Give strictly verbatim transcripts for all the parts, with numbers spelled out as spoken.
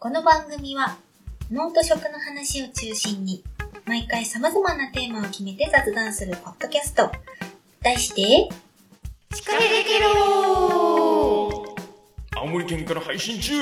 この番組は脳と食の話を中心に毎回様々なテーマを決めて雑談するポッドキャスト。題してシカヘデケロー。 青森県から配信中。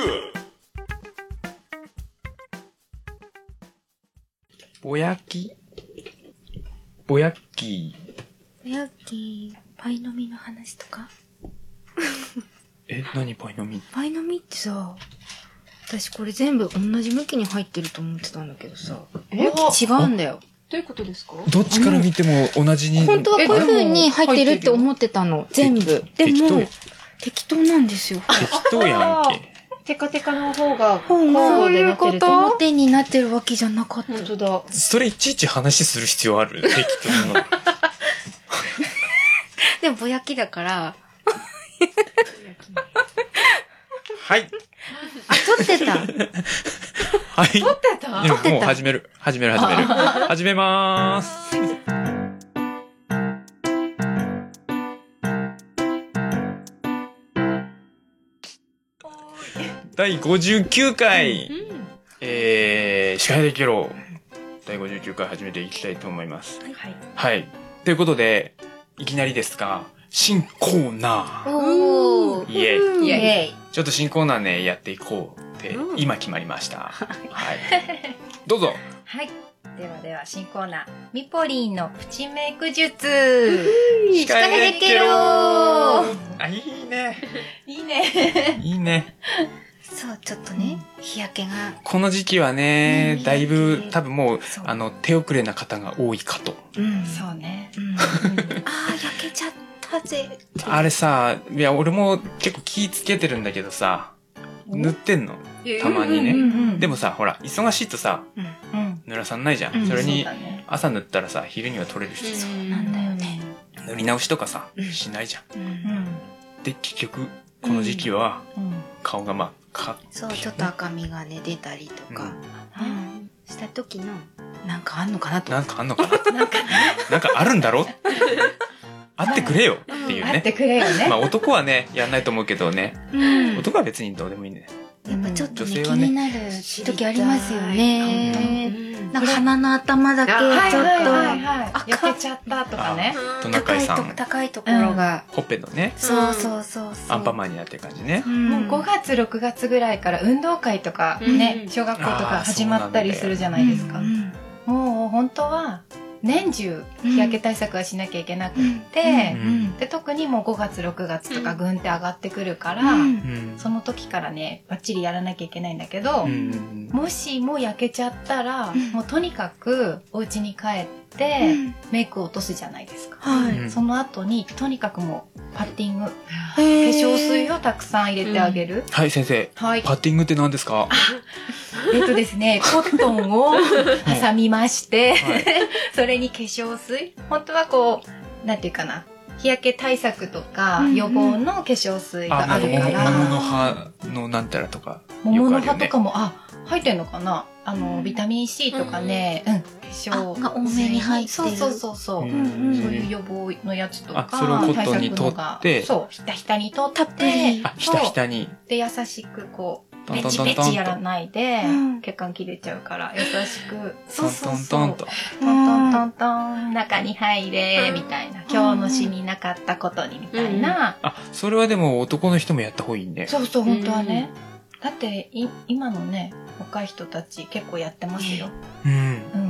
ぼやきぼやきぼやきパイの実の話とかえ、何パイの実？ パイの実ってさ、私これ全部同じ向きに入ってると思ってたんだけどさ、向き違うんだよ。 どういうことですか？ どっちから見ても同じに。 本当はこういう風に入ってるって思ってたの、全部。でも適当なんですよ。 適当やんけ。 テカテカの方が交互でなってると。 表になってるわけじゃなかった。 本当だ。 それいちいち話する必要ある？適当なの。 でもぼやきだから。 はい。 あ、撮ってた。 はい。 撮ってた？ でももう始める。始める始める。始めまーす。だいごじゅうきゅうかい、うん、えー、シカヘデケロだいごじゅうきゅうかい始めていきたいと思います。はい。はい。ということで、いきなりですが、新コーナー。おー。イェイ。イェイ。ちょっと新コーナーね、やっていこうって、うん、今決まりました。はい。どうぞ。 はい。ではでは、新コーナー。ミポリンのプチメイク術。 シカヘデケロー。あ、いいね。 いいね。 いいね。 そう、ちょっとね、日焼けが。 この時期はね、だいぶ多分もう、あの、手遅れな方が多いかと。 うん、そうね。うん、 ああ、焼けちゃったぜ。 あれさ、いや、俺も結構気つけてるんだけどさ、塗ってんの。たまにね。うんうん、でもさ、ほら、忙しいとさ、うん、塗らさんないじゃん。うん、それに、朝塗ったらさ、昼には取れるしさ。 なんだよね。 塗り直しとかさ、しないじゃん。うん、で、結局、この時期は、顔が真っ赤。 そう、ちょっと赤みがね、出たりとか、うん、した時の、なんかあんのかなと。 なんかあんのかななんか、なんかあるんだろ会ってくれよっていうね。 会ってくれよね。 まあ男はね、やんないと思うけどね。男は別にどうでもいいね。 やっぱちょっとね、気になる時ありますよね。なんか鼻の頭だけちょっと焼けちゃったとかね。 トナカイさん。 高いところが。 ほっぺのね。 そうそうそう。 アンパンマンになってる感じね。 もうごがつ、ろくがつぐらいから運動会とかね、小学校とか始まったりするじゃないですか。もう本当は年中日焼け対策はしなきゃいけなくって、で特にもうごがつ、ろくがつとかぐんって上がってくるから、その時からねバッチリやらなきゃいけないんだけど、もしも焼けちゃったら、もうとにかくお家に帰ってメイクを落とすじゃないですか。その後にとにかくもうパッティング、化粧水をたくさん入れてあげる。 はい先生、パッティングって何ですか？ えっとですね、コットンを挟みまして、それに化粧水、本当はこう、なんていうかな、日焼け対策とか予防の化粧水があるから。 桃の葉のなんたらとか。 桃の葉とかも、あ、入ってんのかな？あの、ビタミン C とかね、うん、化粧が多めに入ってる。 そうそうそうそう。そういう予防のやつとか、 それをコットンに取って、 そう、ひたひたに取って、 あ、ひたひたに。 で、優しくこう、ペチペチやらないで、血管切れちゃうから、優しく、 そうそうそう。トントンと。 トントントントン、中に入れ、みたいな。今日のシミなかったことに、みたいな。 あ、それはでも男の人もやった方がいいね。 そうそう、本当はね。だって、い、今のね、若い人たち結構やってますよ。 うん。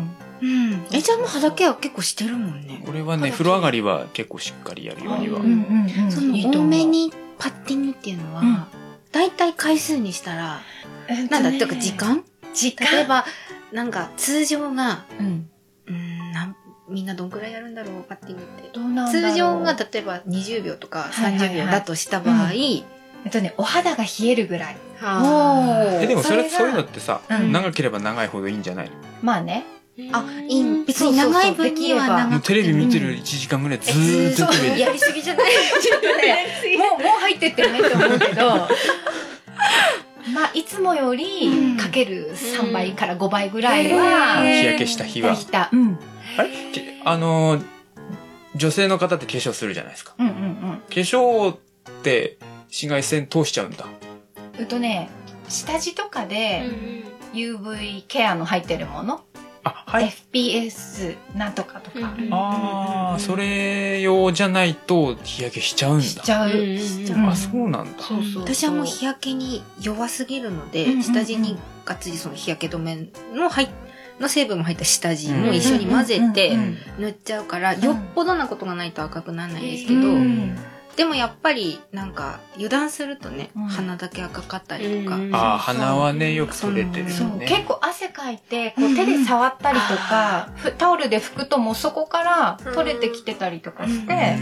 うん。え、じゃあもう肌ケア結構してるもんね。 俺はね、風呂上がりは結構しっかりやるようには。 その多めにパッティングっていうのは、だいたい回数にしたら、なんだっていうか時間時間例えば、なんか通常が、うん、うん、なんみんなどんくらいやるんだろう、パッティングって。 どうなんだろう。 通常が例えばにじゅうびょうとかさんじゅうびょうだとした場合、 えっとね、お肌が冷えるぐらい。 え、でもそれ、そういうのってさ、長ければ長いほどいいんじゃないの？ まあね。 あ、いい。別に長い分には長くても。 テレビ見てるいちじかんぐらいずーっとテレビ。 やりすぎじゃない？ちょっとね、 もう、もう入ってってるねって思うけど、まあ、いつもよりかけるさんばいからごばいぐらいは、 日焼けした日は。 うん。 あれあの、女性の方って化粧するじゃないですか。 うんうんうん。 化粧って紫外線通しちゃうんだ。 えっとね、 下地とかで ユーブイ ケアの入ってるもの、 あ、はい、 エフピーエス なんとかとか、 うん、ああ、それ用じゃないと日焼けしちゃうんだ。 しちゃう、 しちゃう、あ、そうなんだ。 そうそうそう、私はもう日焼けに弱すぎるので、うんうんうん、下地にがっつりその日焼け止めの入の成分も入った下地も一緒に混ぜて塗っちゃうから、よっぽどなことがないと赤くならないですけど、うんうん、でもやっぱりなんか油断するとね、うん、鼻だけ赤かったりとか、うん、 ああ、鼻はねよく取れてるよね。そう、 結構汗かいてこう手で触ったりとか、うん、タオルで拭くともうそこから取れてきてたりとかして、うん、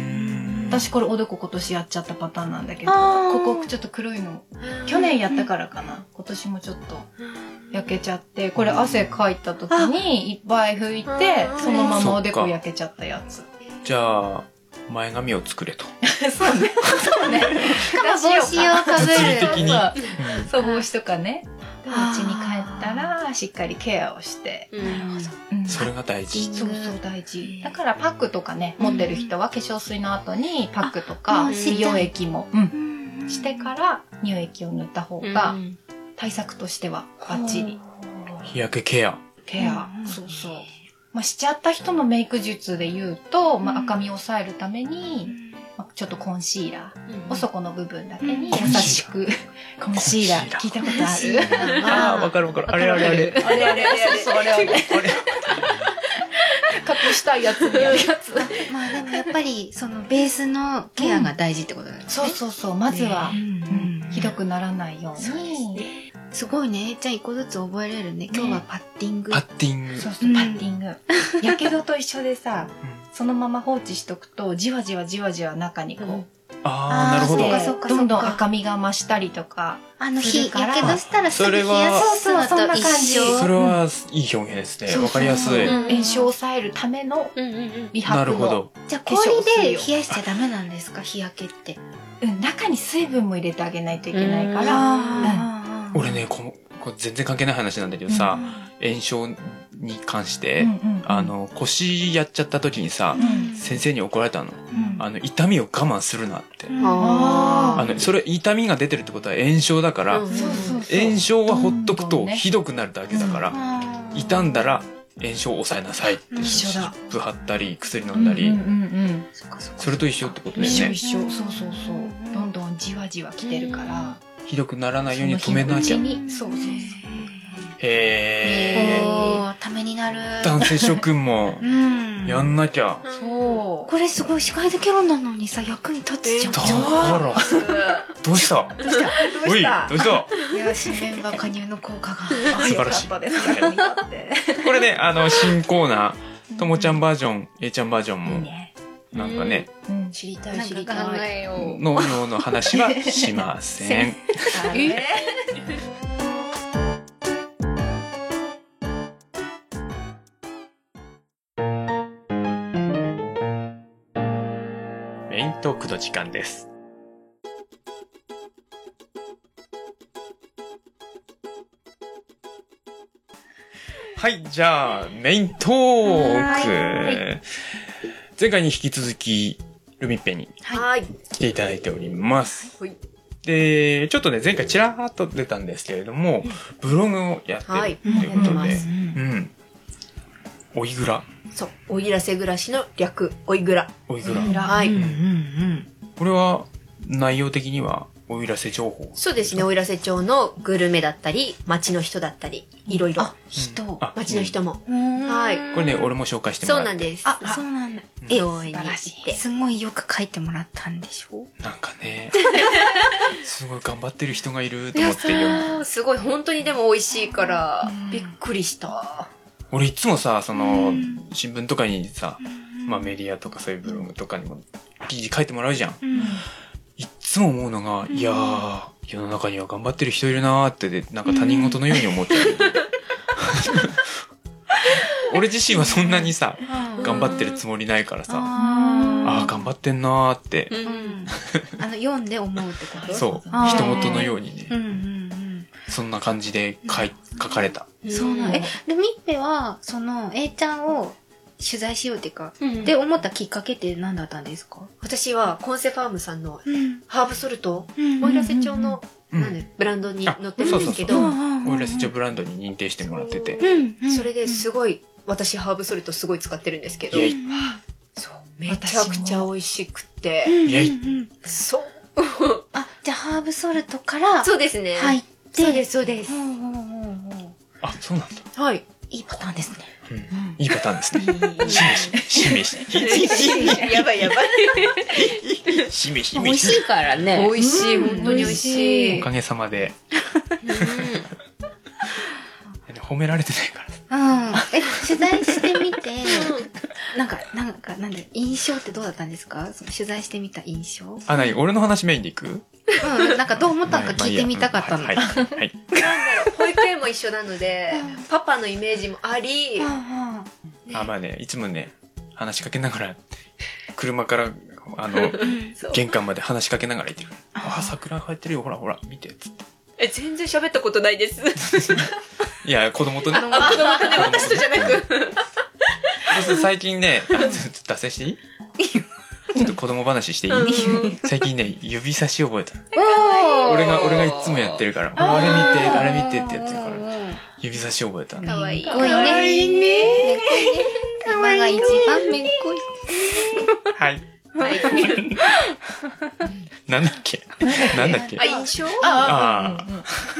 私これおでこ今年やっちゃったパターンなんだけど、ここちょっと黒いの去年やったからかな、今年もちょっと焼けちゃって、これ汗かいた時にいっぱい拭いてそのままおでこ焼けちゃったやつ。 じゃあ前髪を作れと。 そうね。そうね。 しかも帽子をかぶる。 物理的に。 そう、帽子とかね。で、お家に帰ったら、しっかりケアをして。 なるほど。それが大事。 そうそう、大事。だからパックとかね、持ってる人は化粧水の後にパックとか、美容液も、してから乳液を塗った方が、対策としてはバッチリ。 日焼けケア。 ケア。そうそう。まあ、しちゃった人のメイク術で言うと、まあ、赤みを抑えるために、まあ、ちょっとコンシーラー、うん、お底の部分だけに優しく、コンシーラー聞いたことある？ ああ、わかるわかる。あれあれあれ。 あれあれあれ。そうそう、あれあれ。隠したいやつにやるやつ。 まあでもやっぱり、そのベースのケアが大事ってことだよね。 そうそうそう。まずは、ひどくならないように。 すごいね。じゃあ一個ずつ覚えれるね。今日はパッティング。 パッティング。 そうそう、パッティング。やけどと一緒でさ、そのまま放置しとくと、じわじわじわじわ中にこう。 ああ、なるほど。 どんどん赤みが増したりとか。 あの日、やけどしたらすぐ冷やすのと一緒。 それはいい表現ですね。わかりやすい。 炎症を抑えるための美白の。なるほど。 じゃあ氷で冷やしちゃダメなんですか、日焼けって。 うん、中に水分も入れてあげないといけないから。 俺ね、この、これ全然関係ない話なんだけどさ、うん、炎症に関して、うんうんうん、あの、腰やっちゃった時にさ、うん、先生に怒られたの。うん、あの、痛みを我慢するなって。うん、あの、それ、痛みが出てるってことは炎症だから、うん、炎症はほっとくとひどくなるだけだから、うん、傷んだら炎症を抑えなさいって。 一緒だ。 湿布貼ったり、薬飲んだり、うんうんうん、それと一緒ってことだよね。 一緒一緒。そうそうそう。どんどんじわじわ来てるから。 ひどくならないように止めなきゃ。そうそうそう。 へー。ためになる。 男性諸君も、やんなきゃ。 そう。これすごい視界でケロなのにさ、役に立つじゃん。 だから。どうしたどうしたおい、どうしたいや、新メンバー加入の効果が。 素晴らしい。これね、あの、新コーナー、ともちゃんバージョン、A ちゃんバージョンも。なんかね、 うん、知りたい知りたいののの話はしません。メイントークの時間です。はい、じゃあメイントーク。前回に引き続き、ルミッペに来ていただいております。はい、で、ちょっとね、前回ちらっと出たんですけれども、ブログをやってるということで、はい、うん。おいぐら。 そう、おいらせ暮らしの略、おいぐら。 おいぐら。 はい。うんうんうん、 これは、内容的には、おいらせ情報。 そうですね、おいらせ町のグルメだったり、町の人だったり、いろいろ。 あ、人。 町の人も。はい。 これね、俺も紹介してもらって。 そうなんです。 あ、そうなんだ。 え、応援に行って。 すごいよく書いてもらったんでしょ？ なんかね、すごい頑張ってる人がいると思って読む。すごい、本当にでも美味しいから、びっくりした。 俺いつもさ、その、新聞とかにさ、まあメディアとかそういうブログとかにも記事書いてもらうじゃん。いつも思うのが、いやー、世の中には頑張ってる人いるなーって、なんか他人事のように思っちゃう。俺自身はそんなにさ、頑張ってるつもりないからさ、ああ、頑張ってんなーって。 うん、あの、読んで思うってこと？ そう。人事のようにね。うんうんうん、そんな感じで書い、書かれた。 そうなん。え、で、ミッペは、その、A ちゃんを、取材しようっていうか、うん、で思ったきっかけって何だったんですか？ 私はコンセファームさんのハーブソルト、おいらせ町のなんでブランドに載ってるんですけど、 オイルエス一応ブランドに認定してもらってて、 それですごい私ハーブソルトすごい使ってるんですけど、そうめちゃくちゃ美味しくて、そう。 あ、じゃあハーブソルトからそうですね。 入って、 そうですそうです。 あ、そうなんだ。 はい。 いいパターンですね。 うん、いいパターンですね。しめし、しめし。 やばいやばい。 しめしめ。 美味しいからね。 美味しい、本当に美味しい。 おかげさまで。褒められてないから。 うん。え、取材してみて、なんか、なんか、なんで、印象ってどうだったんですか？その取材してみた印象？ あ、なに俺の話メインでいく？ うん、なんかどう思ったのか聞いてみたかったの。 はい。はい。 なんだろう、保育園も一緒なので、パパのイメージもあり、 あ、まあね、いつもね、話しかけながら、車から、あの、玄関まで話しかけながら行ってる。あ、桜入ってるよ、ほらほら、見て、つって。 え、全然喋ったことないです。 いや、子供とね。 あ、子供とね、私とじゃなく。 そうそう、最近ね、ちょっと脱線していい？ちょっと子供話していい？最近ね、指差し覚えた。俺が、俺がいつもやってるから、あれ見て、あれ見てってやってるから、指差し覚えた。 かわいい。 かわいいね。かわいい。今が一番めっこい。 はい。はい。なんだっけなんだっけあ、印象？ ああ。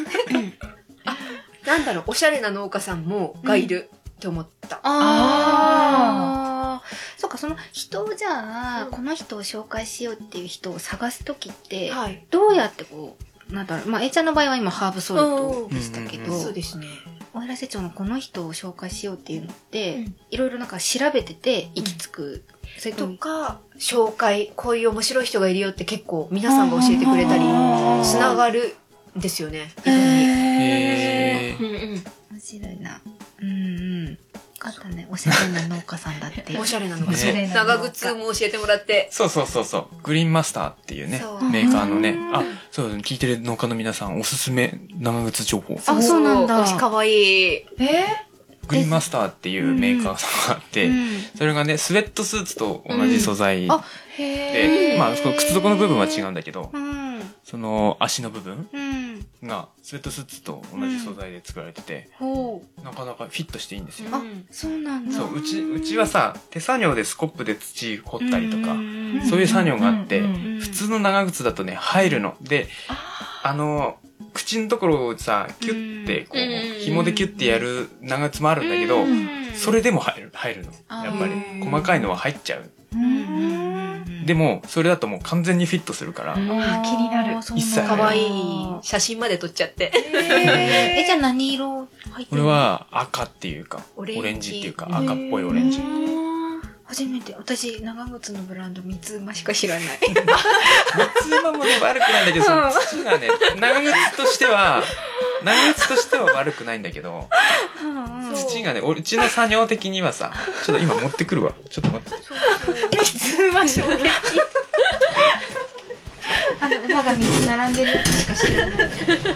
なんだろう、おしゃれな農家さんもがいるって思った。 ああ。そっか、その人をじゃあ、この人を紹介しようっていう人を探すときって、どうやってこう、なんだろう、まあ、A ちゃんの場合は今ハーブソルトでしたけど、 そうですね。 おいらせ町のこの人を紹介しようっていうのって、いろいろなんか調べてて行き着く。 それとか、紹介、こういう面白い人がいるよって結構皆さんが教えてくれたり、つながるんですよね。 へー。面白いな。うんうん。あったね。おしゃれな農家さんだって。 おしゃれな農家さん。長靴も教えてもらって。 そうそうそうそう。グリーンマスターっていうね、メーカーのね。あ、そう、聞いてる農家の皆さん、おすすめ長靴情報。 あ、そうなんだ。 かわいい。えグリーンマスターっていうメーカーさんがあって、それがね、スウェットスーツと同じ素材で、まあ、靴底の部分は違うんだけど、その足の部分がスウェットスーツと同じ素材で作られてて、なかなかフィットしていいんですよ。 あ、そうなんだ。 そう、うち、うちはさ、手作業でスコップで土掘ったりとか、そういう作業があって、普通の長靴だとね、入るの。で、あの、口のところをさ、キュッて、こう、紐でキュッてやる長靴もあるんだけど、それでも入る、入るの。やっぱり、細かいのは入っちゃう。でも、それだともう完全にフィットするから。 あ、気になる。 一切かわいい。写真まで撮っちゃって。 え、じゃあ何色入ってるの？ これは赤っていうか、オレンジっていうか、赤っぽいオレンジ。 初めて、私、長靴のブランド三つ馬しか知らない。 三つ馬もね、悪くないんだけど、その土がね、長靴としては、長靴としては悪くないんだけど、土がね、うちの作業的にはさ、ちょっと今持ってくるわ。ちょっと待って。 三つ馬衝撃。あの、馬が三つ並んでるやつしか知らない。なる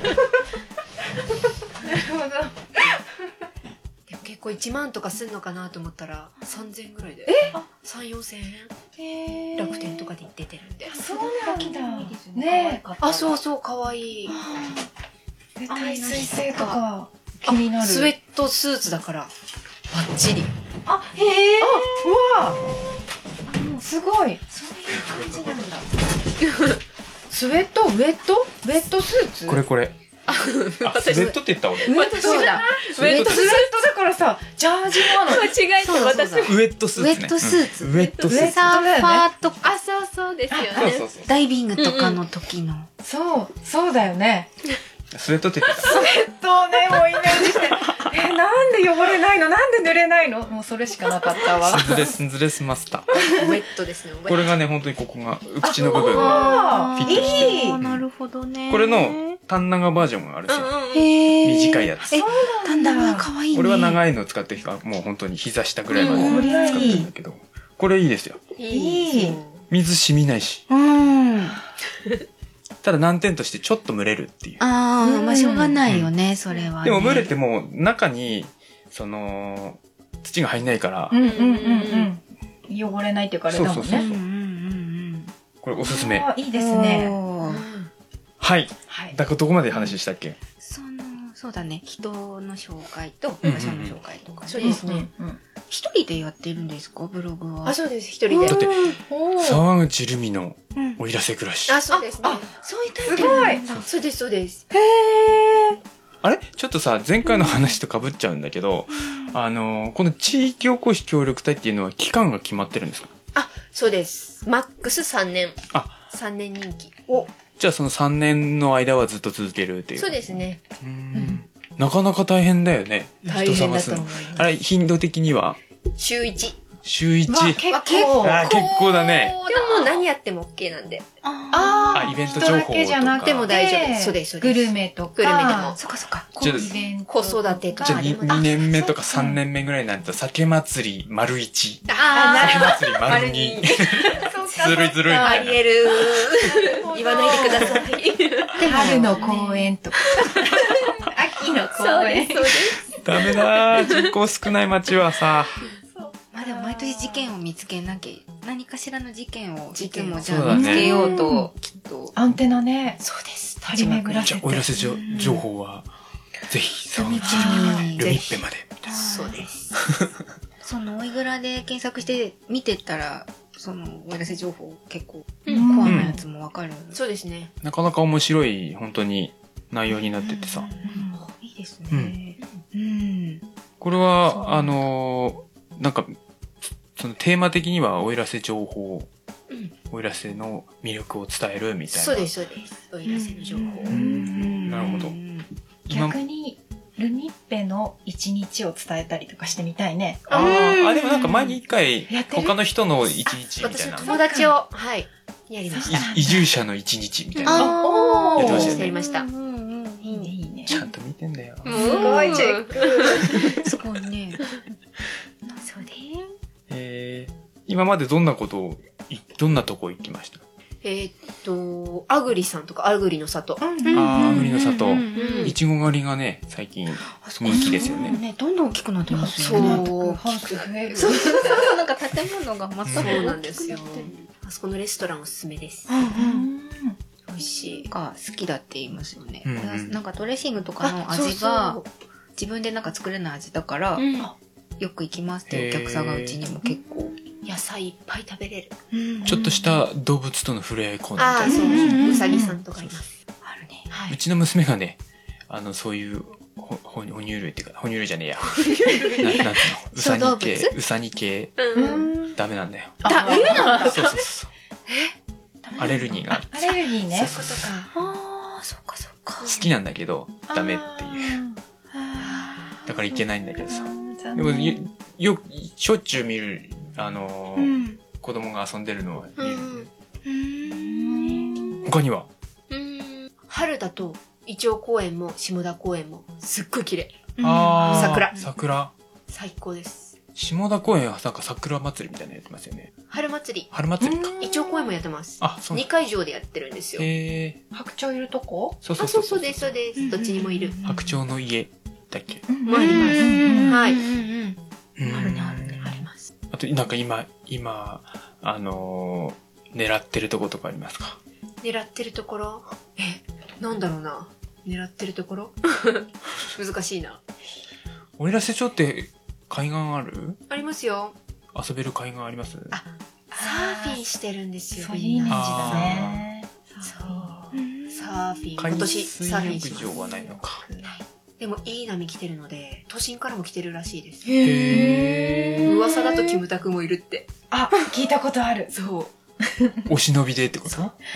ほど。 結構いちまんとかすんのかなと思ったらさんぜんえんぐらいで。え ?さん、よんせんえん楽天とかで出てるんで。 そうなんだ。ねえ。 あ、そうそう、かわいい。 耐水性とか気になる。 スウェットスーツだから、バッチリ。 あ、へえ。あ、うわ。すごい。 そういう感じなんだ。 スウェットウェットウェットスーツこれこれ。あ、スウェットって言った俺。 ウェットそうだ。ウェットスウェットだからさ、ジャージのあの。 間違えて私。 ウェットスーツ。 ウェットスーツ。 ウェットスーツ。 サーファーとか。 あ、そうそうですよね。 そうそうそう。 ダイビングとかの時の。 そう、そうだよね。 スウェットって言ってた。 スウェットをね、もうイメージして。え、なんで汚れないの？なんで濡れないの？もうそれしかなかったわ。 スンズレスンズレスマスター。 ウェットですね。 これがね、本当にここが、口の部分がフィットして。 いい。なるほどね。 これの短長バージョンがあるんですよ。 へー。 短いやつ。 え、短長かわいいね。 俺は長いのを使ってきた。もう本当に膝下ぐらいまで使ってるんだけど。これいいですよ。 いい。 水染みないし。 うん。 ただ難点としてちょっと蒸れるっていう。 ああ、まあしょうがないよね、それは。 でも蒸れても中に、その、土が入んないから。 うんうんうんうん。汚れないっていうかあれだもんね。 そうそうそう。これおすすめ。 いいですね。 はい。 はい。 だからどこまで話したっけ？ その、そうだね。人の紹介と、場所の紹介とか。 そうですね。 一人でやってるんですか、ブログは。 あ、そうです。一人で。 だって、沢口ルミのおいらせ暮らし。 あ、そうですね。 そういうタイトルなんだ。 そうです、そうです。 へー。 あれちょっとさ、前回の話と被っちゃうんだけど、あの、この地域おこし協力隊っていうのは期間が決まってるんですか？ あ、そうです。マックスさんねん。 あ、 さんねん任期。お、 じゃあそのさんねんの間はずっと続けるっていう。 そうですね。 うん。なかなか大変だよね。 大変だと思います。 あれ、頻度的には週いち。 週いち。 結構。 あ、結構だね。 でももう何やっても OK なんで。 ああ、イベント情報とか。 じゃなくても大丈夫です。そうです、そうです。 グルメとか。 グルメでも。 そっかそっか。 じゃあ、 子育てとか。 じゃあにねんめとかさんねんめぐらいになると、酒祭り丸いち。 ああ、酒祭り丸に。ずるいずるい。 ありえる。言わないでください。 春の公園とか。秋の公園。 そうです。 ダメだー。人口少ない町はさ。 まあでも毎年事件を見つけなきゃ、何かしらの事件をいつもじゃあ見つけようと、きっと。 アンテナね。 そうです。 張り巡らせて。 じゃあ、おいらせ情報は、ぜひ、沢口ルミッペまで。 そうです。 その、おいぐらで検索して見てったら、その、おいらせ情報結構、コアなやつもわかる。 そうですね。 なかなか面白い、本当に内容になっててさ。 いいですね。うん。 これは、あの、なんか、そのテーマ的には、おいらせ情報、おいらせの魅力を伝えるみたいな。 そうです、そうです。おいらせの情報。 なるほど。 逆に、ルミッペの一日を伝えたりとかしてみたいね。 ああ、でもなんか前に一回、他の人の一日みたいな。 友達を、はい、やりました。 移住者の一日みたいな。 やってましたね。 やりました。 いいね、いいね。 ちゃんと見てんだよ。 すごいチェック。 すごいね。そうで。 えー、今までどんなことを、どんなとこ行きました？ えーっと、アグリさんとか、アグリの里。 ああ、アグリの里。いちご狩りがね、最近人気ですよね。 ね、どんどん大きくなってますよね。 そう、 ハウス増える。 そうそうそう、なんか建物がまたそうなんですよ。あそこのレストランおすすめです。美味しい。 が好きだって言いますよね。 うんなんかドレッシングとかの味が自分でなんか作れない味だから、よく行きますってお客さんがうちにも結構。 野菜いっぱい食べれる。 ちょっとした動物との触れ合いコーナーああ、 みたいな。 そう。うさぎさんとかいます。 あるね。 うちの娘がね、あの、そういう、ほ、ほ、哺乳類っていうか、哺乳類じゃねえや。ななんつうのうさぎ系、うさぎ系、ダメなんだよ。 ダメなんだ。 そうそうそう。アレルギーがアレルギーね。 そういうことか。 ああ、そっかそっか。 好きなんだけど、ダメっていう。だからいけないんだけどさ。でも、よ、よ、しょっちゅう見る、あのー、子供が遊んでるのは見る。他には春だと、イチョウ公園も下田公園もすっごい綺麗。 ああ、 桜。 桜。 最高です。 下田公園はなんか桜祭りみたいなのやってますよね。 春祭り。 春祭りか。 イチョウ公園もやってます。 あ、そう。 にかいじょうでやってるんですよ。 へえ。 白鳥いるとこ？ そうそうあ、そうそうです、そうです。どっちにもいる。 白鳥の家だっけ？ もあります。はい。 あるねあるね。 あります。 あと、なんか今、今、あのー、狙ってるとことかありますか？ 狙ってるところえ、なんだろうな。狙ってるところ難しいな。 おいらせ町って海岸ある？ ありますよ。 遊べる海岸あります？ あ、サーフィンしてるんですよ。 そういうイメージだね。 そう。サーフィン。今海年水サーフィンします。 浴場はないのか。 でもいい波来てるので、都心からも来てるらしいです。 へー。 噂だとキムタクもいるって。 あ、聞いたことある。 そう。 お忍びでってこと？ あるある。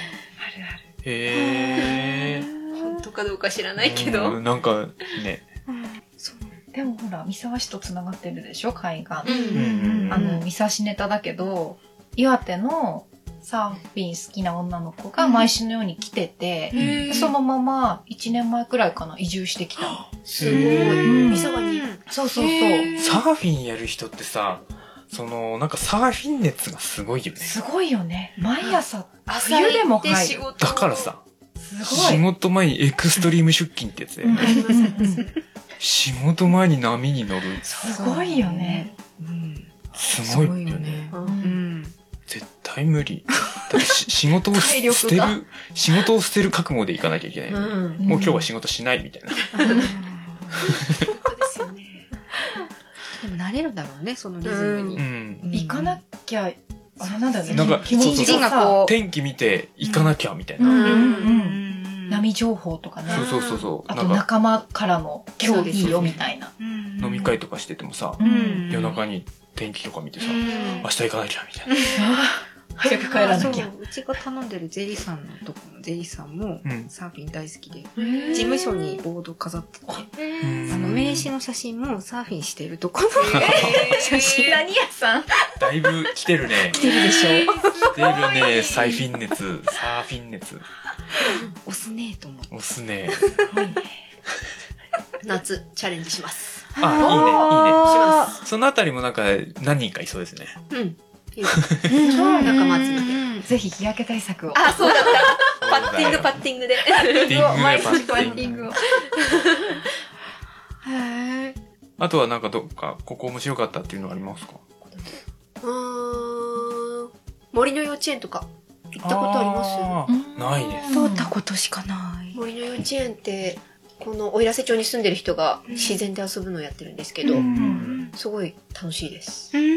へー。 本当かどうか知らないけど。 なんかね。 でもほら、三沢市とつながってるでしょ、海岸。 うんあの、三沢市ネタだけど、岩手のサーフィン好きな女の子が毎週のように来てて、そのままいちねんまえくらいかな、移住してきたの。 すごい。三沢に。 そうそうそう。 サーフィンやる人ってさ、その、なんかサーフィン熱がすごいよね。 すごいよね。毎朝、冬でも入る。 だからさ、 すごい。 仕事前にエクストリーム出勤ってやつだよね。仕事前に波に乗る。 すごいよね。 すごいよね。 うん。 絶対無理。だってし仕事を捨てる、仕事を捨てる覚悟で行かなきゃいけない。うん、もう今日は仕事しないみたいな。そうですよね。 でも慣れるだろうね、そのリズムに。うん、 行かなきゃ、あれなんだね。 なんか、 気持ちがこう、天気見て行かなきゃみたいな。うんうんうん波情報とかね。 そうそうそう。 あと仲間からの今日いいよみたいな。 飲み会とかしててもさ、夜中に天気とか見てさ、明日行かなきゃみたいな。 早く帰らなきゃ。 うちが頼んでるゼリさんのとこのゼリさんもサーフィン大好きで、事務所にボード飾ってて、あの名刺の写真もサーフィンしてるとこの写真。 何屋さんだいぶ来てるね。 来てるでしょ。 来てるね、サーフィン熱、サーフィン熱。 押すねえと思って。 押すねえ。夏、チャレンジします。 あ、いいね、いいね。します。そのあたりもなんか何人かいそうですね。 うん。仲間集めて。 ぜひ日焼け対策を。 あ、そうだった。パッティング、パッティングで。 パッティングで毎日パッティングを。 へえ。あとはなんかどっか、ここ面白かったっていうのありますか？ うーん。森の幼稚園とか。行ったことあります？ ないです。 通ったことしかない。 森の幼稚園って、この奥入瀬町に住んでる人が自然で遊ぶのをやってるんですけど、すごい楽しいです。 うん。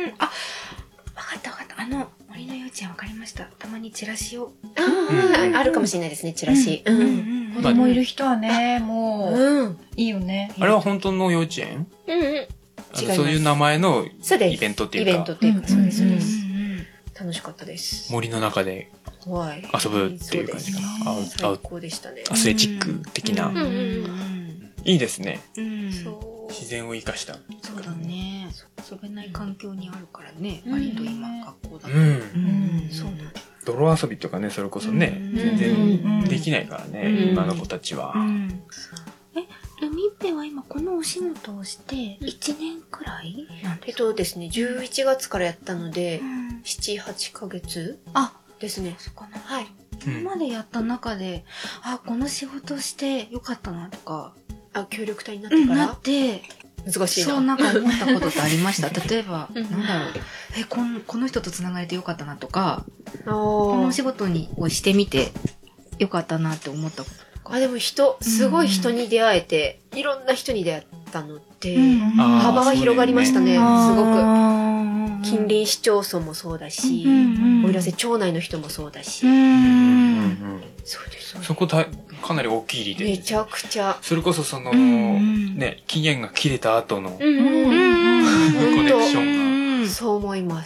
あ、わかったわかった。あの、森の幼稚園わかりました。たまにチラシを。 ああるかもしれないですね、チラシ。 子供いる人はね、もう、いいよね。 あれは本当の幼稚園？ うんうん。 そういう名前のイベントっていうか。 イベントっていうか、そうです、そうです。楽しかったです。 森の中で遊ぶっていう感じかな。 最高でしたね。 アスレチック的な。いいですね。自然を生かした。 そうだね。遊べない環境にあるからね。割と今学校だと。 そうなんだ。泥遊びとかね、それこそね、全然できないからね、今の子たちは。 え、ルミッペは今このお仕事をしていちねんくらいなんですか？ えっとですね、じゅういちがつからやったので、なな、はちかげつですね。 そっかな。はい。今までやった中で、あ、この仕事してよかったなとか、 あ、協力隊になってからなって、 難しいな。 そう、なんか思ったことってありました。例えば、なんだろう。え、この、この人と繋がれてよかったなとか、このお仕事にをしてみてよかったなって思ったこととか。 あ、でも人、すごい人に出会えて、いろんな人に出会ったので、幅が広がりましたね、すごく。近隣市町村もそうだし、奥入瀬町内の人もそうだし。 そうです。そこだ、かなり大きい利で。 めちゃくちゃ。 それこそその、ね、期限が切れた後の、コネクションが。 そう思います。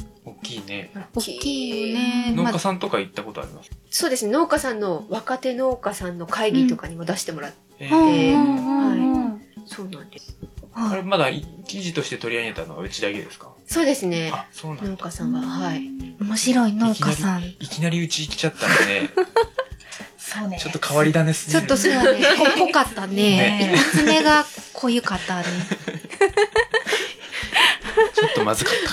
大きいね。 大きいよね。 農家さんとか行ったことあります？ そうですね、農家さんの、若手農家さんの会議とかにも出してもらって、はい。そうなんです。 あれ、まだ記事として取り上げたのはうちだけですか？ そうですね。 あ、そうなんだ。 農家さんが、はい。 面白い農家さん。 いきなりうち行っちゃったんでね。 そうね。 ちょっと変わり種すぎる。 ちょっとそうね。濃かったね。爪が濃ゆかったね。 ちょっとまずかった。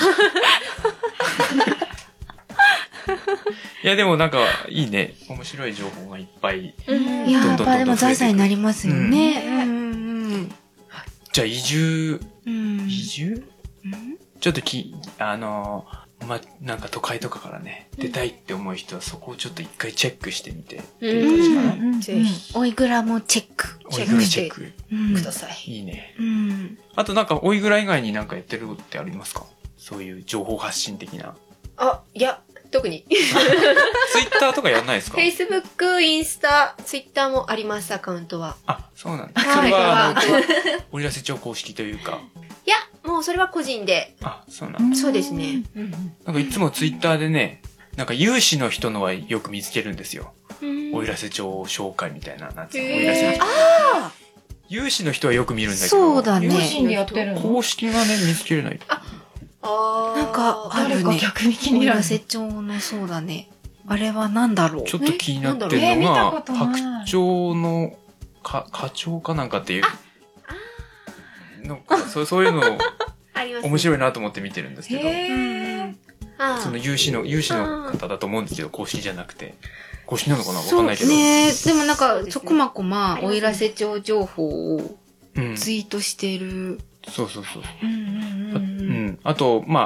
いや、でもなんか、いいね。面白い情報がいっぱい。 いや、やっぱでも財産になりますよね。 じゃあ、移住、移住ちょっとき、あの、ま、なんか都会とかからね、出たいって思う人はそこをちょっと一回チェックしてみて、っていう感じかな。 ぜひ。 おいぐらもチェック。 おいぐらチェック。 ください。 いいね。あとなんか、おいぐら以外になんかやってることってありますか？そういう情報発信的な。 あ、いや、特に。 ツイッターとかやんないですか？ Facebook、インスタ、ツイッターもあります、アカウントは。 あ、そうなんだ。それは、あの、奥入瀬町公式というか。 いや、もうそれは個人で。 あ、そうなんだ。 そうですね。 なんかいつもツイッターでね、なんか有志の人のはよく見つけるんですよ。奥入瀬町紹介みたいな、なんつうの。奥入瀬町。ああ有志の人はよく見るんだけど。 そうだね。 有志でやってるの？ 公式がね、見つけれない。 ああなんか、あるね。 逆に気になる。 奥入瀬町のそうだね。あれはなんだろう。 ちょっと気になってるのが、白鳥のか課長かなんかっていう。なんかそうそういうの面白いなと思って見てるんですけど、その有志の有志の方だと思うんですけど、公式じゃなくて。公式なのかなわかんないけど。 ねでもなんか、ちょこまこま、奥入瀬町情報をツイートしてる。 そうそうそう。うん。あと、まあ、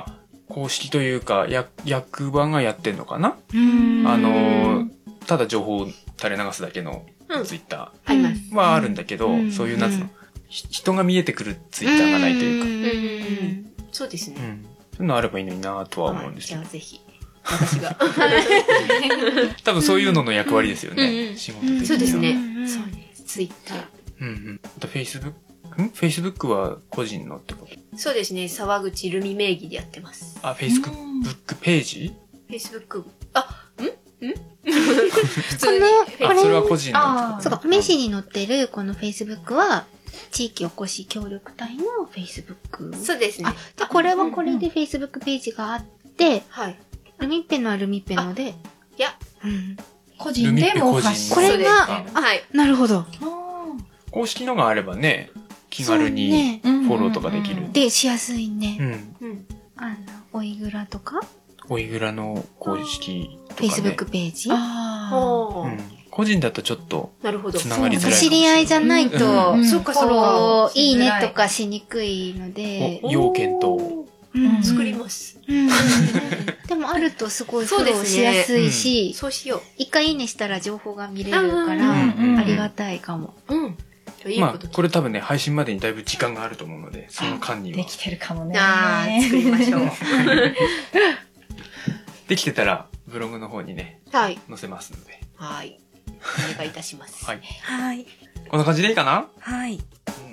公式というか、や役場がやってんのかな。 うん。 あの、ただ情報を垂れ流すだけのツイッターはあるんだけど、うん、そういうなんつうの、人が見えてくるツイッターがないというか。うんうん、 そうですね。うん、 そういうのあればいいのになとは思うんですよ。 じゃあぜひ。私が。 多分そういうのの役割ですよね。うんうん、仕事的には。 そうですね。そうね。ツイッター。 うんうん。あとフェイスブックんフェイスブックは個人のってこと？ そうですね。沢口ルミ名義でやってます。 あ、フェイスブックページ？ フェイスブック、あ、んん普通に。 あ、それは個人の。 そうか、名刺に載ってるこのフェイスブックは、地域おこし協力隊のフェイスブック。 そうですね。 あ、これはこれでフェイスブックページがあって、 はい。 ルミッペのはルミッペので、 いや、 うん。 個人でも発信。 これが、 はい。 なるほど。 公式のがあればね、気軽にフォローとかできる。 で、しやすいね。 うん。 あの、おいぐらとかおいぐらの公式とかね。 フェイスブックページああ。 個人だとちょっと、 なるほど。 つながりづらい。 知り合いじゃないと、 そうか、そう。 いいねとかしにくいので。 要件と。 作ります。 でもあるとすごいフォローしやすいし、 そうしよう。 一回いいねしたら情報が見れるから、ありがたいかも。 うん。 まあ、これ多分ね、配信までにだいぶ時間があると思うので、その間には。 できてるかもね。 ああ、作りましょう。 できてたら、ブログの方にね、 はい。 載せますので。 はい。お願いいたします。 はい。 はい。 こんな感じでいいかな？ はい。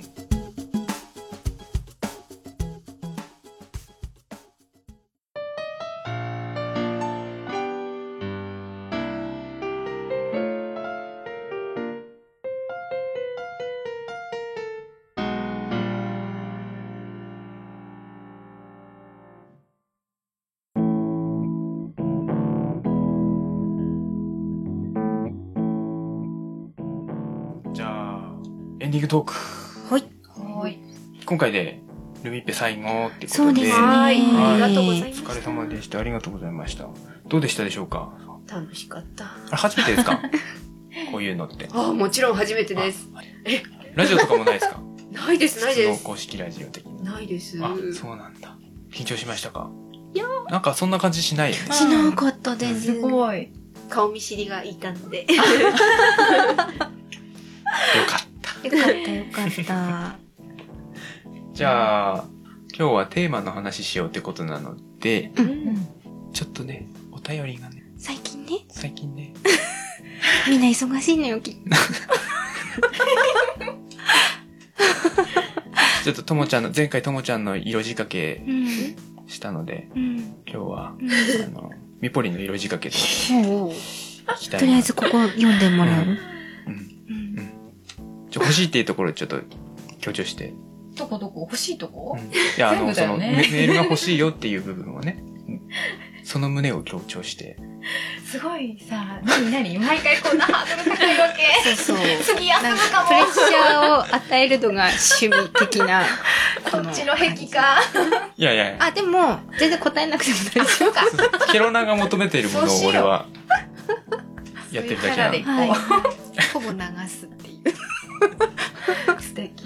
エンディングトーク。 はい。 はい。 今回で、ルミッペ最後ってことで。 そうですね。 はい。ありがとうございます。お疲れ様でした。ありがとうございました。どうでしたでしょうか？ 楽しかった。 あ、初めてですか？こういうのって。 あ、もちろん初めてです。 え、ラジオとかもないですか？ ないです、ないです。 公式ラジオ的に。 ないです。 あ、そうなんだ。緊張しましたか？いやなんかそんな感じしないよね。 しなかったです。 すごい。 顔見知りがいたので。 よかった。 よかったよかった。 じゃあ、今日はテーマの話しようってことなので、うん、ちょっとね、お便りがね。 最近ね。 最近ね。 みんな忙しいのよ、きっと。 ちょっとともちゃんの、前回ともちゃんの色仕掛けしたので、うん、今日は、うん、あの、みぽりんの色仕掛けで聞きたい。 とりあえずここ読んでもらう。うんちょ欲しいっていうところをちょっと強調して。 どこどこ欲しいとこ、うん、 いや、あの、そのメ、メールが欲しいよっていう部分をね、その旨を強調して。 すごいさ、なになに毎回こんなハードル高いわけそうそう。 次休むかも。 プレッシャーを与えるのが趣味的な。 こっちの壁か。 いやいやいや。 あ、でも、全然答えなくても大丈夫か。 ケロナが求めているものを俺は、やってるだけなの。 はい。ほぼ流すっていう。 素敵。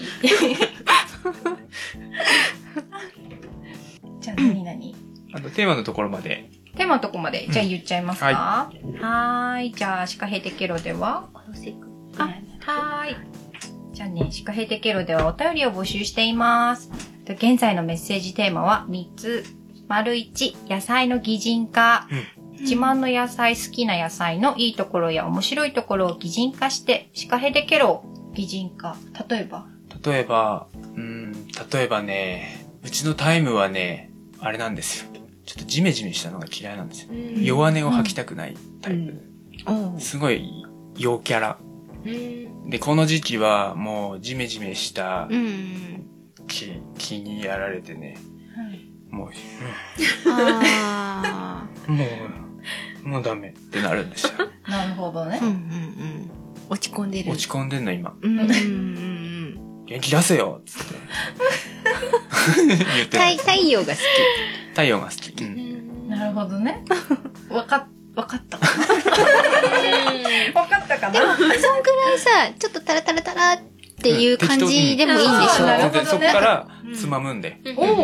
じゃあ何何？ あの、テーマのところまで。 テーマのところまで、じゃあ言っちゃいますか？はい。はーい。じゃあ、シカヘテケロではあ、はーい。じゃあね、シカヘテケロではお便りを募集しています。現在のメッセージテーマはみっつ。丸いち、野菜の擬人化。うん自慢の野菜、好きな野菜のいいところや面白いところを擬人化して、シカヘデケロを擬人化。例えば例えば、うん、例えばね、うちのタイムはね、あれなんですよ。ちょっとジメジメしたのが嫌いなんですよ。弱音を吐きたくないタイプ。うん、すごい陽キャラ。で、この時期はもうジメジメした気、気にやられてね。もう、うん、あもう、もうダメってなるんですよ。 なるほどね。 うんうんうん、落ち込んでる。 落ち込んでんの今。 うんうんうん、 元気出せよつって言って太。太陽が好き。 太陽が好き。うん、なるほどね。わかっ、わかったかな。わかったかな。 でも、そんくらいさ、ちょっとタラタラタラっていう感じでもいいんでしょ、 うん、でそっからつまむんで。 うん、おー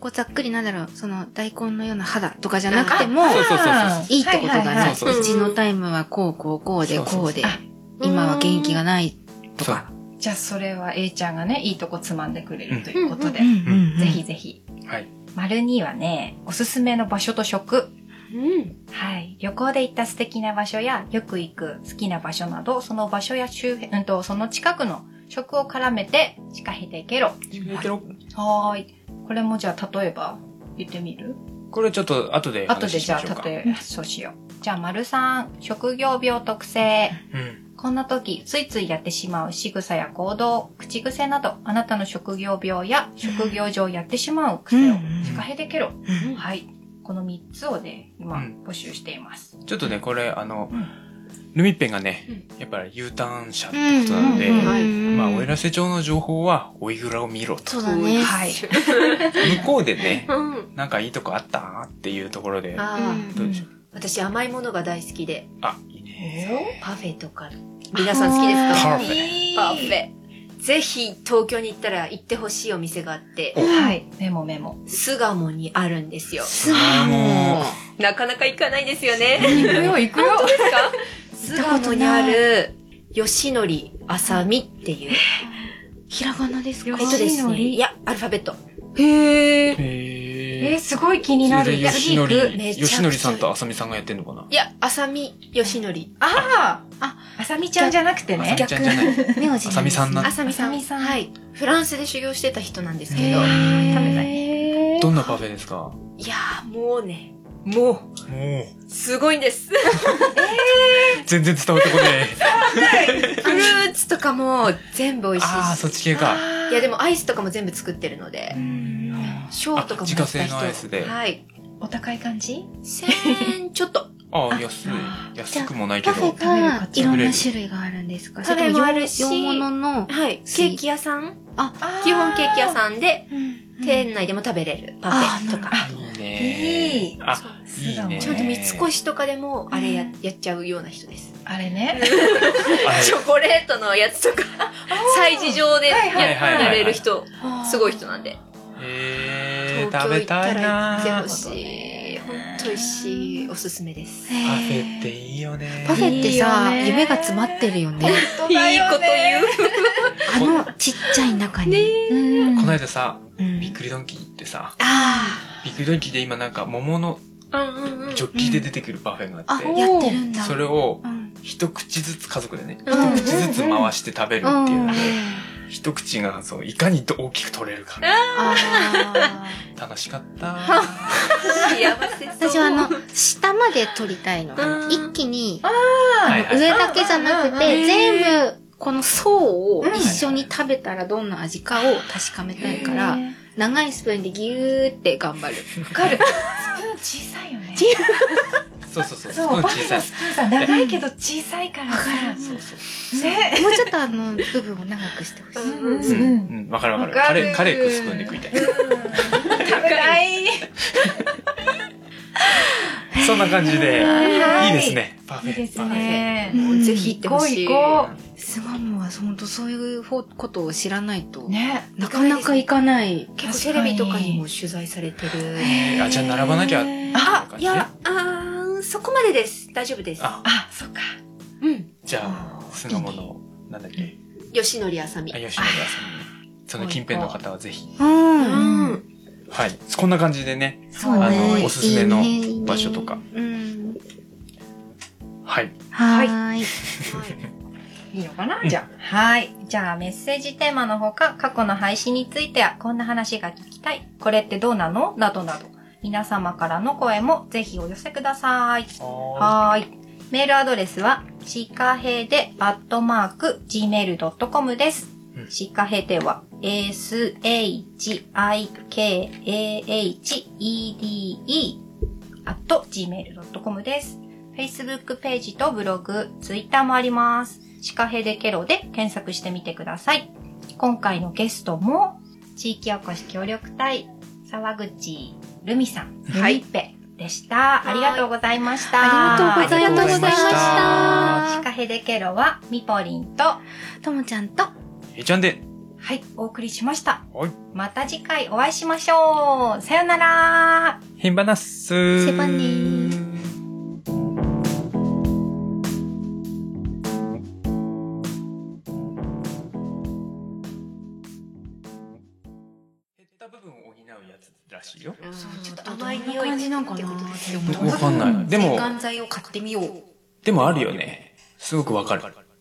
こうざっくりなんだろう、その大根のような肌とかじゃなくても、 そうそうそうそう。 いいってことだね。 そうそうそううちのタイムはこうこうこうでこうで、今は元気がないとか。 じゃあそれは A ちゃんがね、いいとこつまんでくれるということで、ぜひぜひ。 はい。 丸にはね、おすすめの場所と食。 うん。 はい。旅行で行った素敵な場所や、よく行く好きな場所など、その場所や周辺、うんと、その近くの食を絡めて、シカヘデケロ。 シカヘデケロ。 はーい。これもじゃあ例えば言ってみる？ これちょっと後で話しましょうか。 後でじゃあ例え、そうしよう。じゃあ丸さん、職業病特性。うん。こんな時、ついついやってしまう仕草や行動、口癖など、あなたの職業病や職業上やってしまう癖を、シカヘデケロ。うん、はい。このみっつをね、今、募集しています。 ちょっとね、これ、あの、うん、ルミッペンがね、やっぱり U ターン者ってことなんで、まあ、おいらせ町の情報は、おいぐらを見ろと。 そうだね。 はい。 向こうでね、なんかいいとこあったっていうところで、どうでしょう。 私、甘いものが大好きで。 あ、いいね。 パフェとか。皆さん好きですか？ パフェ。 パフェ。ぜひ、東京に行ったら行ってほしいお店があって。 はい。メモメモ。 巣鴨にあるんですよ。 巣鴨。 なかなか行かないですよね。 行くよ、行くよ。 本当ですか？巣鴨にある、吉典あさみっていう。 ひらがなですか？ えっとですね。いや、アルファベット。 へー。 へー。えー、すごい気になる。 吉典、吉典さんとあさみさんがやってんのかな？ いや、あさみ、吉典。 あああ、あさみちゃんじゃなくてね。 あさみちゃんじゃない。 名字。 あさみさんなんあさみさん。はい。フランスで修行してた人なんですけど、 食べない。 どんなパフェですか？ いやー、もうね、もう、もう、すごいんです。 全然伝わってこない。 フルーツとかも全部美味しいし。 ああ、そっち系か。 いや、でもアイスとかも全部作ってるので、ショーとかも自家製のアイスで。 はい。 お高い感じ？ せんえんちょっと。 ああ、安い。安くもないけど。 パフェがいろんな種類があるんですか？ それもあるし。 洋物の。 はい。ケーキ屋さん？あ、基本ケーキ屋さんで、店内でも食べれるパフェとか。 いいね。 いい。 あ、いいね。 ちゃんと三越とかでもあれややっちゃうような人です。 あれね。 チョコレートのやつとか、催事場でやれる人、すごい人なんで。 へー、食べたいなー。行ってほしい。本当美味しい。おすすめです。 パフェっていいよね。 パフェってさ、夢が詰まってるよね。 いいこと言う。あのちっちゃい中に。 この間さ、びっくりドンキーってさ、びっくりドンキーで今なんか桃のジョッキで出てくるパフェがあって、 やってるんだ。 それを一口ずつ家族でね、一口ずつ回して食べるっていうので、一口がそう、いかに大きく取れるか。楽しかった。 幸せそう。 私はあの、下まで取りたいの。一気に、上だけじゃなくて、全部、この層を一緒に食べたらどんな味かを確かめたいから、長いスプーンでギューって頑張る。 わかる。スプーン小さいよね。 そうそうそう。 そう、パフェのスプーンさ、長いけど小さいからさ。 そうそう。 ね。 もうちょっとあの、部分を長くしてほしい。 うん、わかるわかる。カレー、カレー食うスプーンで食いたい。 食べたい。 そんな感じで、いいですね。パフェ。 いいですね。 ぜひ行ってほしい。 巣鴨は本当そういうことを知らないと、 ね、 なかなか行かない。 結構テレビとかにも取材されてる。 あ、じゃあ並ばなきゃ。 あ、いや、あそこまでです。大丈夫です。 あ、そっか。 うん。 じゃあ、巣鴨の、なんだっけ。 吉典あさみ。 あ、吉典あさみ。その近辺の方はぜひ。 うん。 はい。こんな感じでね、 あの、 おすすめの場所とか。はい。 はい。 いいのかな、じゃあ。はい。じゃあ、メッセージテーマのほか、過去の配信については、こんな話が聞きたい。これってどうなのなどなど。皆様からの声もぜひお寄せください。はい。メールアドレスは、シカヘデアットマーク ジーメールドットコム です。シカヘデは エスエイチアイケーエーエイチイーディーイー アット ジーメールドットコム です。Facebook ページとブログ、Twitter もあります。シカヘデケロで検索してみてください。今回のゲストも、地域おこし協力隊、沢口ルミさん、ルミッペでした。ありがとうございました。 ありがとうございました。 シカヘデケロは、ミポリンと、 ともちゃんと、 えちゃんで、 はい、お送りしました。 はい。 また次回お会いしましょう。さよなら。 へんばなっすー。 せばねー。 減った部分を補うやつらしいよ。 ちょっと甘い匂い感じなんかなって思う。 わかんない。でも、 洗顔剤を買ってみよう。 でもあるよね。すごくわかる。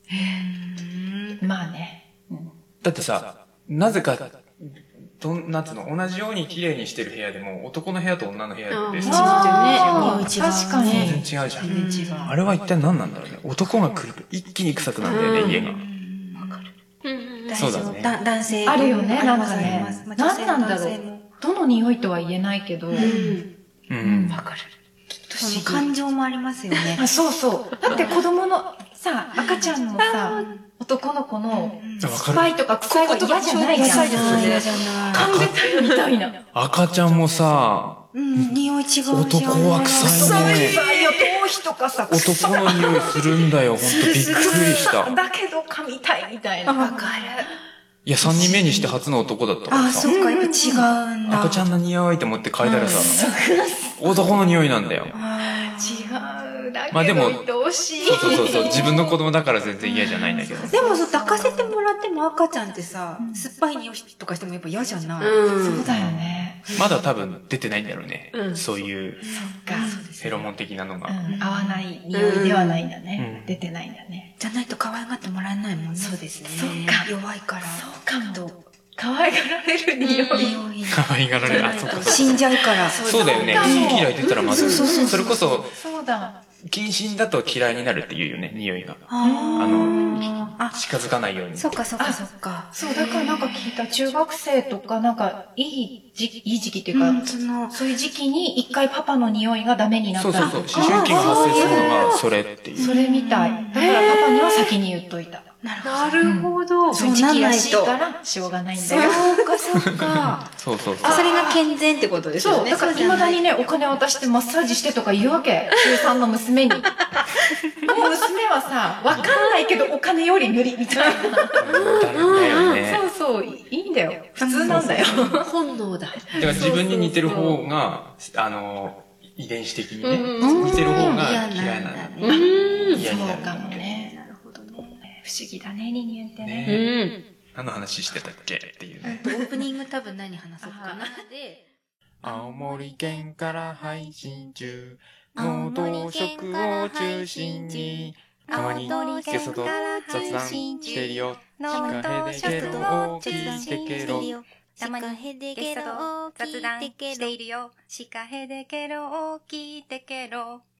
まあね。 だってさ、なぜか、どん、なんつうの、同じように綺麗にしてる部屋でも、男の部屋と女の部屋で全然あー匂い違うね確かに。 全然違うじゃん。 全然違う。 あれは一体何なんだろうね。男が来ると一気に臭くなるんだよね、家が。そうだね。 だ男性あるよね、なんかありねます。まあ何なんだろ女性もう。どの匂いとは言えないけど。 うん。 わかる。 その感情もありますよね。 あ、そうそう。だって子供のさ、赤ちゃんのさ、男の子のスパイとか臭いが嫌じゃないじゃん。 嫌じゃない。 噛んでたいみたいな。 赤ちゃんもさ、 うん、匂い違うじゃん。 男は臭いね。 臭いよ、頭皮とかさ、 男の匂いするんだよ、ほんとびっくりした。 だけど噛みたいみたいな。 わかる。 いや、三人目にして初の男だったからあ、 さ。 そっか、やっぱ違うんだ。 赤ちゃんの匂いと思って嗅いだらさ、男の匂いなんだよ。 違う。だまあでもけど愛おしい。 そうそうそうそう、自分の子供だから全然嫌じゃないんだけど。 でもそう、抱かせてもらっても赤ちゃんってさ、酸っぱい匂いとかしてもやっぱ嫌じゃない。 そうだよね。 まだ多分出てないんだろうね。 うんそういうが、 フェロモン的なのが。 うん、合わない匂いではないんだね。 うん出てないんだね。 じゃないと可愛がってもらえないもんね。 そうですね。 そっか。 弱いから。 そうかも。可愛がられる匂い。 匂い。 可愛がられる。あ、そうかそうか。 死んじゃうから。 そうだよね。好き嫌い出たらまず、 そうそうそうそれこそ、 そうだ。 謹慎だと嫌いになるって言うよね、匂いが。 ああの、 あ、 近づかないように。 そっかそっかそっか。 そう、だからなんか聞いた中学生とかなんかいい時期、いい時期っていうか、 うん、その、 そういう時期に一回パパの匂いがダメになったそうそうそう。 りとか。 思春期が発生するのがそれっていう。 それみたい。だからパパには先に言っといた。 なるほど。 なるほど。 そういう時期らしいから、しょうがないんだそうよ。 かそうか。 そうそうそう。 あ、それが健全ってことですそう、 よね。 だから未だにね、お金渡してマッサージしてとか言うわけ。中さんの娘に。もう娘はさ、わかんないけどお金より無理みたいな。 だよね。 そうそう、いいんだよ。普通なんだよ。 本能だ。 だから自分に似てる方が、あの、遺伝子的にね、 うん似てる方が嫌嫌いななんの。 だね。 嫌になる。 そうかもね。 なるほどね。 不思議だね、人間ってね。 ねん。 何の話してたっけっていうね。 オープニング多分何話そうかな。で、 青森県から配信中、 青農森道県食からを中心に、たまに青森ゲストと県から雑談配信中してるよ。シ農カ道ヘデケ食ロをを聞いてけろ。 たまにゲストと雑談しているよ。シカヘデケロを聞いてけろ。